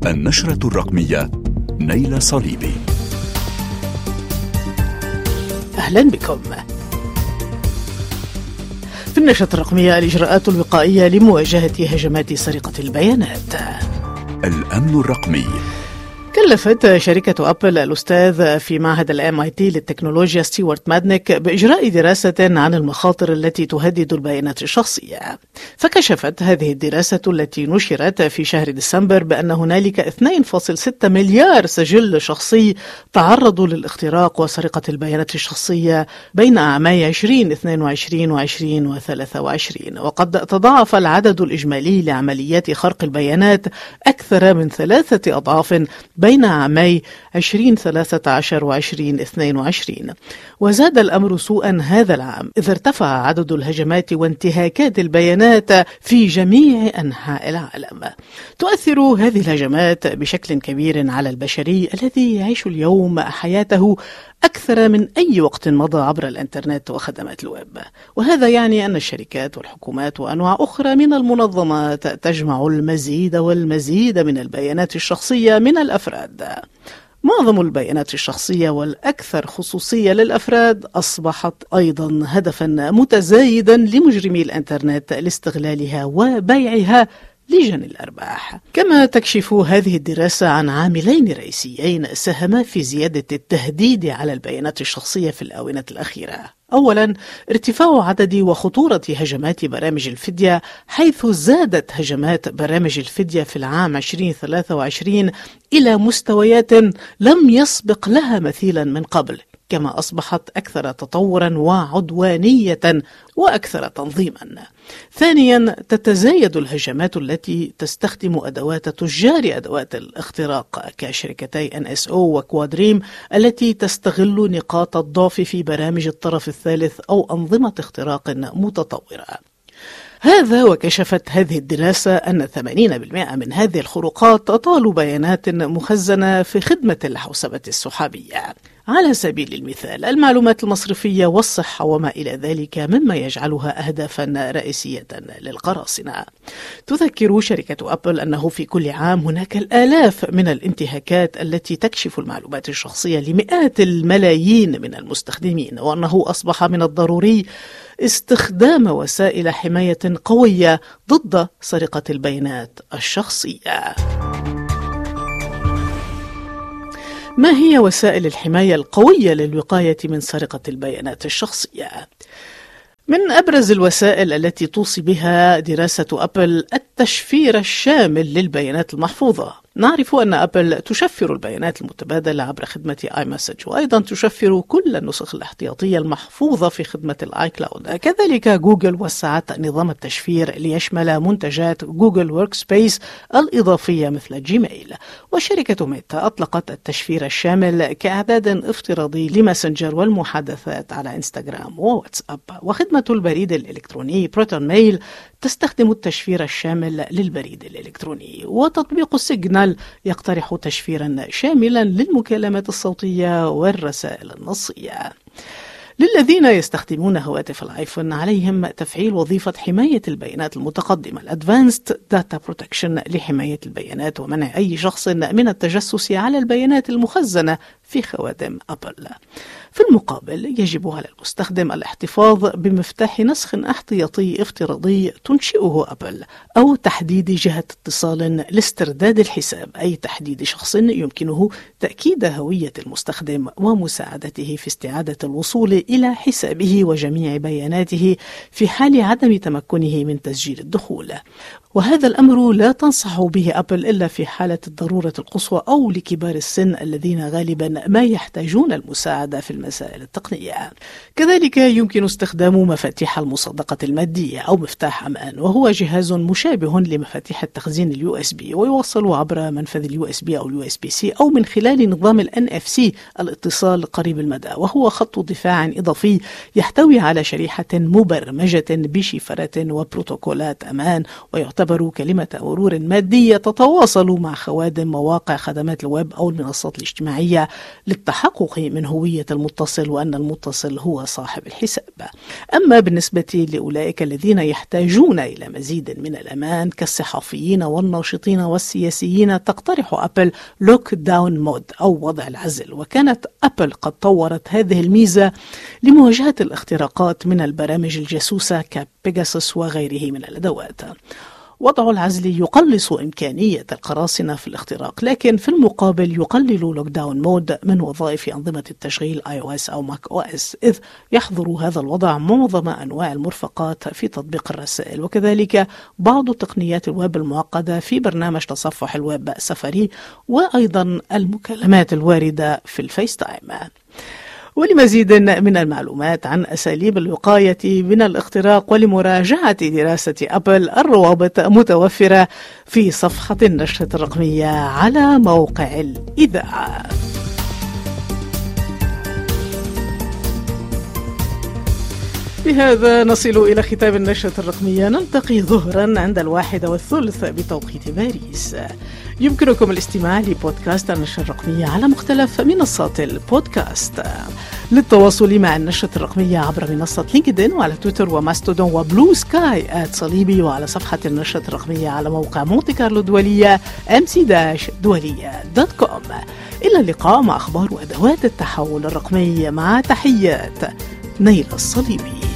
النشرة الرقمية نيلة صليبي. أهلا بكم. في النشرة الرقمية الإجراءات الوقائية لمواجهة هجمات سرقة البيانات. الأمن الرقمي. كلفت شركة أبل الأستاذ في معهد MIT للتكنولوجيا ستيوارت مادنيك بإجراء دراسة عن المخاطر التي تهدد البيانات الشخصية. فكشفت هذه الدراسة التي نشرت في شهر ديسمبر بأن هنالك 2.6 مليار سجل شخصي تعرضوا للاختراق وسرقة البيانات الشخصية بين عامي 2022 و 2023، وقد تضاعف العدد الإجمالي لعمليات خرق البيانات أكثر من 3 أضعاف بين عامي 2013 و 2022. وزاد الأمر سوءا هذا العام إذ ارتفع عدد الهجمات وانتهاكات البيانات في جميع أنحاء العالم. تؤثر هذه الهجمات بشكل كبير على البشري الذي يعيش اليوم حياته أكثر من أي وقت مضى عبر الإنترنت وخدمات الويب، وهذا يعني أن الشركات والحكومات وأنواع أخرى من المنظمات تجمع المزيد والمزيد من البيانات الشخصية من الأفراد. معظم البيانات الشخصية والأكثر خصوصية للأفراد أصبحت أيضا هدفا متزايدا لمجرمي الإنترنت لاستغلالها وبيعها لجني الأرباح. كما تكشف هذه الدراسة عن عاملين رئيسيين ساهما في زيادة التهديد على البيانات الشخصية في الآونة الأخيرة. أولا، ارتفاع عدد وخطورة هجمات برامج الفدية، حيث زادت هجمات برامج الفدية في العام 2023 إلى مستويات لم يسبق لها مثيلا من قبل، كما أصبحت أكثر تطورا وعدوانية وأكثر تنظيما. ثانيا، تتزايد الهجمات التي تستخدم أدوات تجار أدوات الاختراق كشركتي NSO وكوادريم التي تستغل نقاط الضعف في برامج الطرف الثالث أو أنظمة اختراق متطورة. هذا وكشفت هذه الدراسة أن 80% من هذه الخروقات تطال بيانات مخزنة في خدمة الحوسبة السحابية. على سبيل المثال، المعلومات المصرفية والصحة وما إلى ذلك، مما يجعلها أهدافا رئيسية للقراصنة. تذكر شركة أبل أنه في كل عام هناك الآلاف من الانتهاكات التي تكشف المعلومات الشخصية لمئات الملايين من المستخدمين، وأنه أصبح من الضروري استخدام وسائل حماية قوية ضد سرقة البيانات الشخصية. ما هي وسائل الحماية القوية للوقاية من سرقة البيانات الشخصية؟ من أبرز الوسائل التي توصي بها دراسة أبل التشفير الشامل للبيانات المحفوظة. نعرف أن أبل تشفر البيانات المتبادلة عبر خدمة iMessage، وأيضا تشفر كل النسخ الاحتياطية المحفوظة في خدمة الآي كلاود. كذلك جوجل وسعت نظام التشفير ليشمل منتجات جوجل ورك سبيس الإضافية مثل جيميل. وشركة ميتا أطلقت التشفير الشامل كإعداد افتراضي لماسنجر والمحادثات على انستغرام وواتساب. وخدمة البريد الإلكتروني بروتون ميل تستخدم التشفير الشامل للبريد الإلكتروني. وتطبيق السيجنال يقترح تشفيرا شاملا للمكالمات الصوتية والرسائل النصية. للذين يستخدمون هواتف الايفون عليهم تفعيل وظيفة حماية البيانات المتقدمة Advanced Data Protection لحماية البيانات ومنع أي شخص من التجسس على البيانات المخزنة في خواتم أبل. في المقابل، يجب على المستخدم الاحتفاظ بمفتاح نسخ احتياطي افتراضي تنشئه أبل، أو تحديد جهة اتصال لاسترداد الحساب، أي تحديد شخص يمكنه تأكيد هوية المستخدم ومساعدته في استعادة الوصول إلى حسابه وجميع بياناته في حال عدم تمكنه من تسجيل الدخول. وهذا الأمر لا تنصح به أبل إلا في حالة الضرورة القصوى أو لكبار السن الذين غالبا ما يحتاجون المساعدة في المسائل التقنية. كذلك يمكن استخدام مفاتيح المصدقة المادية أو مفتاح أمان، وهو جهاز مشابه لمفاتيح التخزين USB، ويوصل عبر منفذ USB أو USB-C أو من خلال نظام NFC الاتصال قريب المدى، وهو خط دفاع إضافي يحتوي على شريحة مبرمجة بشفرات وبروتوكولات أمان، ويعتبر اختبروا كلمة مرور مادية تتواصل مع خوادم مواقع خدمات الويب أو المنصات الاجتماعية للتحقق من هوية المتصل وأن المتصل هو صاحب الحساب. أما بالنسبة لأولئك الذين يحتاجون إلى مزيد من الأمان كالصحفيين والناشطين والسياسيين، تقترح أبل لوك داون مود أو وضع العزل، وكانت أبل قد طورت هذه الميزة لمواجهة الاختراقات من البرامج الجاسوسة كبيجاسوس وغيره من الأدوات. وضع العزل يقلص إمكانية القراصنة في الاختراق، لكن في المقابل يقلل لوك داون مود من وظائف أنظمة التشغيل iOS أو ماك OS، إذ يحظر هذا الوضع معظم أنواع المرفقات في تطبيق الرسائل، وكذلك بعض تقنيات الويب المعقدة في برنامج تصفح الويب سفاري، وأيضا المكالمات الواردة في الفيس تايم. ولمزيد من المعلومات عن أساليب الوقاية من الاختراق ولمراجعة دراسة أبل، الروابط متوفرة في صفحة النشرة الرقمية على موقع الإذاعة. بهذا نصل إلى ختام النشرة الرقمية، نلتقي ظهرا عند 1:30 بتوقيت باريس. يمكنكم الاستماع لبودكاست النشرة الرقمية على مختلف منصات البودكاست. للتواصل مع النشرة الرقمية عبر منصة لينكدين وعلى تويتر وماستودون وبلو سكاي @صليبي، وعلى صفحة النشرة الرقمية على موقع مونتي كارلو دولية mc-دولية.com. إلى اللقاء مع أخبار وأدوات التحول الرقمي، مع تحيات نيلة الصليبي.